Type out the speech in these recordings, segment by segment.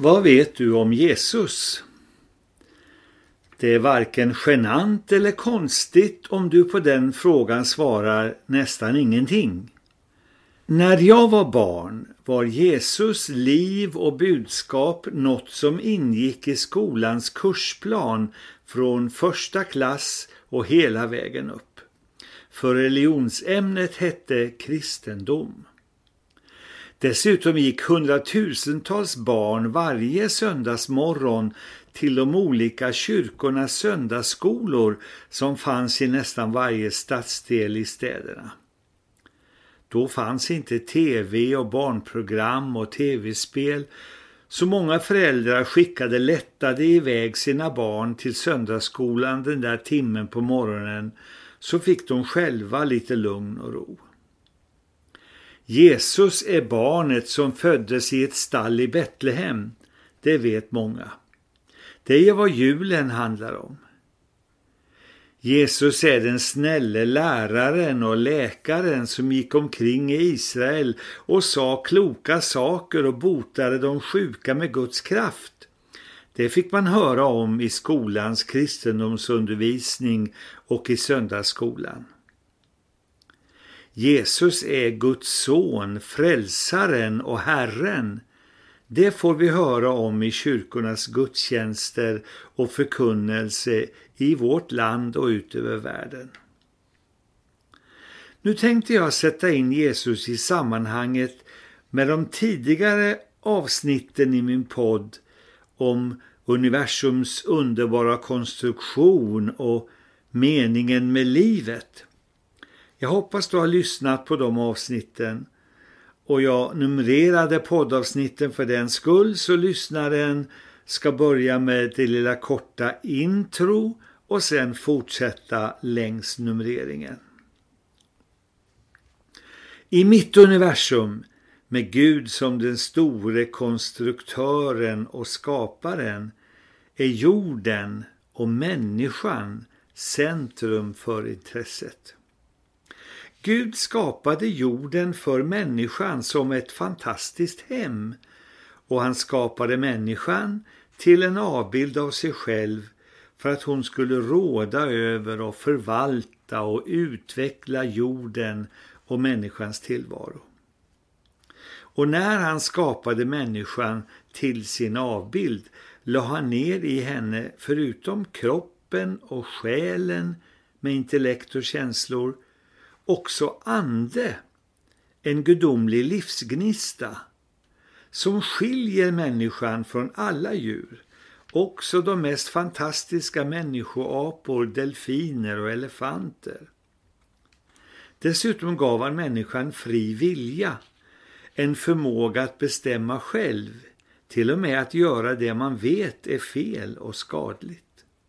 Vad vet du om Jesus? Det är varken genant eller konstigt om du på den frågan svarar nästan ingenting. När jag var barn var Jesus liv och budskap något som ingick i skolans kursplan från första klass och hela vägen upp. För religionsämnet hette kristendom. Dessutom gick hundratusentals barn varje söndagsmorgon till de olika kyrkornas söndagsskolor som fanns i nästan varje stadsdel i städerna. Då fanns inte tv och barnprogram och tv-spel, så många föräldrar skickade lättade iväg sina barn till söndagsskolan den där timmen på morgonen, så fick de själva lite lugn och ro. Jesus är barnet som föddes i ett stall i Betlehem, det vet många. Det är vad julen handlar om. Jesus är den snälle läraren och läkaren som gick omkring i Israel och sa kloka saker och botade de sjuka med Guds kraft. Det fick man höra om i skolans kristendomsundervisning och i söndagsskolan. Jesus är Guds son, frälsaren och Herren. Det får vi höra om i kyrkornas gudstjänster och förkunnelse i vårt land och ut över världen. Nu tänkte jag sätta in Jesus i sammanhanget med de tidigare avsnitten i min podd om universums underbara konstruktion och meningen med livet. Jag hoppas du har lyssnat på de avsnitten, och jag numrerade poddavsnitten för den skull, så lyssnaren ska börja med det lilla korta intro och sen fortsätta längs numreringen. I mitt universum, med Gud som den store konstruktören och skaparen, är jorden och människan centrum för intresset. Gud skapade jorden för människan som ett fantastiskt hem, och han skapade människan till en avbild av sig själv för att hon skulle råda över och förvalta och utveckla jorden och människans tillvaro. Och när han skapade människan till sin avbild la han ner i henne förutom kroppen och själen med intellekt och känslor också ande, en gudomlig livsgnista som skiljer människan från alla djur, också de mest fantastiska människoapor, delfiner och elefanter. Dessutom gav han människan fri vilja, en förmåga att bestämma själv, till och med att göra det man vet är fel och skadligt.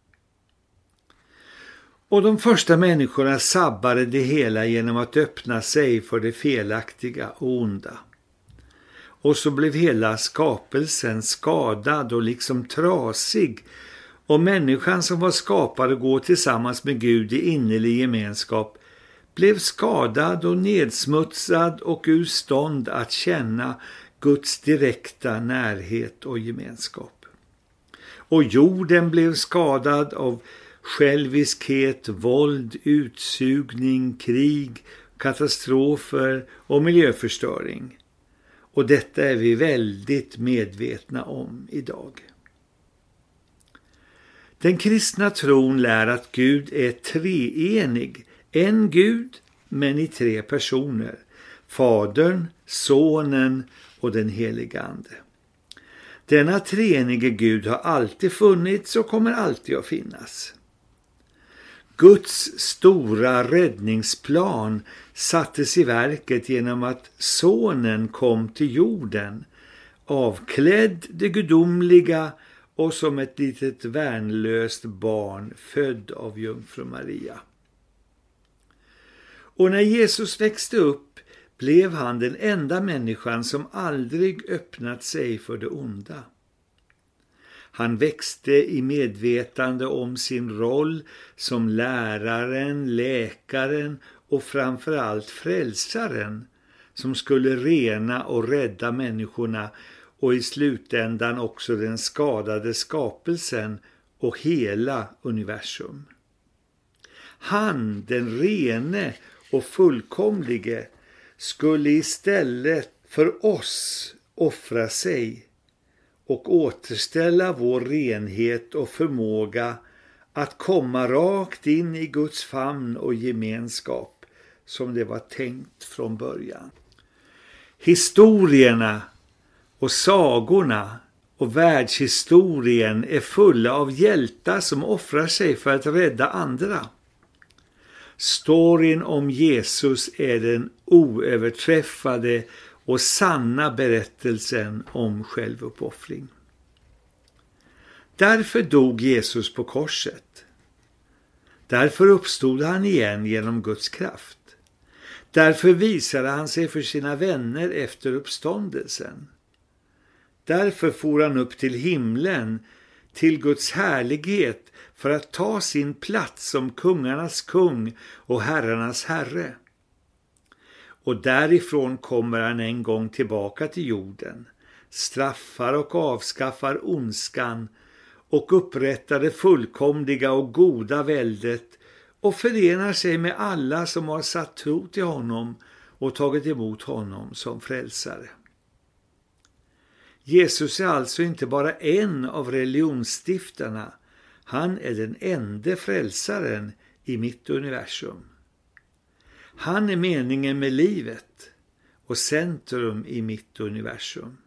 Och de första människorna sabbade det hela genom att öppna sig för det felaktiga och onda. Och så blev hela skapelsen skadad och liksom trasig, och människan som var skapad att gå tillsammans med Gud i innerlig gemenskap blev skadad och nedsmutsad och ur stånd att känna Guds direkta närhet och gemenskap. Och jorden blev skadad av själviskhet, våld, utsugning, krig, katastrofer och miljöförstöring. Och detta är vi väldigt medvetna om idag. Den kristna tron lär att Gud är treenig, en Gud men i tre personer, Fadern, Sonen och den helige Ande. Denna treenige Gud har alltid funnits och kommer alltid att finnas. Guds stora räddningsplan sattes i verket genom att Sonen kom till jorden, avklädd det gudomliga och som ett litet värnlöst barn född av jungfru Maria. Och när Jesus växte upp blev han den enda människan som aldrig öppnat sig för det onda. Han växte i medvetande om sin roll som läraren, läkaren och framförallt frälsaren som skulle rena och rädda människorna och i slutändan också den skadade skapelsen och hela universum. Han, den rene och fullkomlige, skulle istället för oss offra sig och återställa vår renhet och förmåga att komma rakt in i Guds famn och gemenskap som det var tänkt från början. Historierna och sagorna och världshistorien är fulla av hjältar som offrar sig för att rädda andra. Storyn om Jesus är den oöverträffade och sanna berättelsen om självuppoffring. Därför dog Jesus på korset. Därför uppstod han igen genom Guds kraft. Därför visade han sig för sina vänner efter uppståndelsen. Därför for han upp till himlen, till Guds härlighet, för att ta sin plats som kungarnas kung och herrarnas herre. Och därifrån kommer han en gång tillbaka till jorden, straffar och avskaffar ondskan och upprättar det fullkomliga och goda väldet och förenar sig med alla som har satt tro till honom och tagit emot honom som frälsare. Jesus är alltså inte bara en av religionsstiftarna, han är den enda frälsaren i mitt universum. Han är meningen med livet och centrum i mitt universum.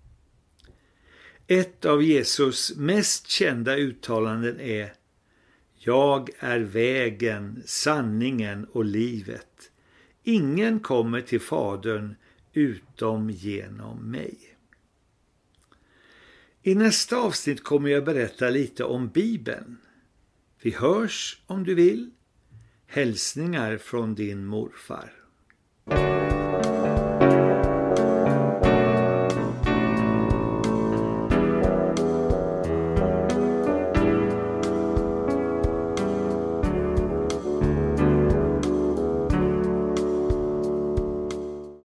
Ett av Jesus mest kända uttalanden är: jag är vägen, sanningen och livet. Ingen kommer till Fadern utom genom mig. I nästa avsnitt kommer jag berätta lite om Bibeln. Vi hörs om du vill. Hälsningar från din morfar.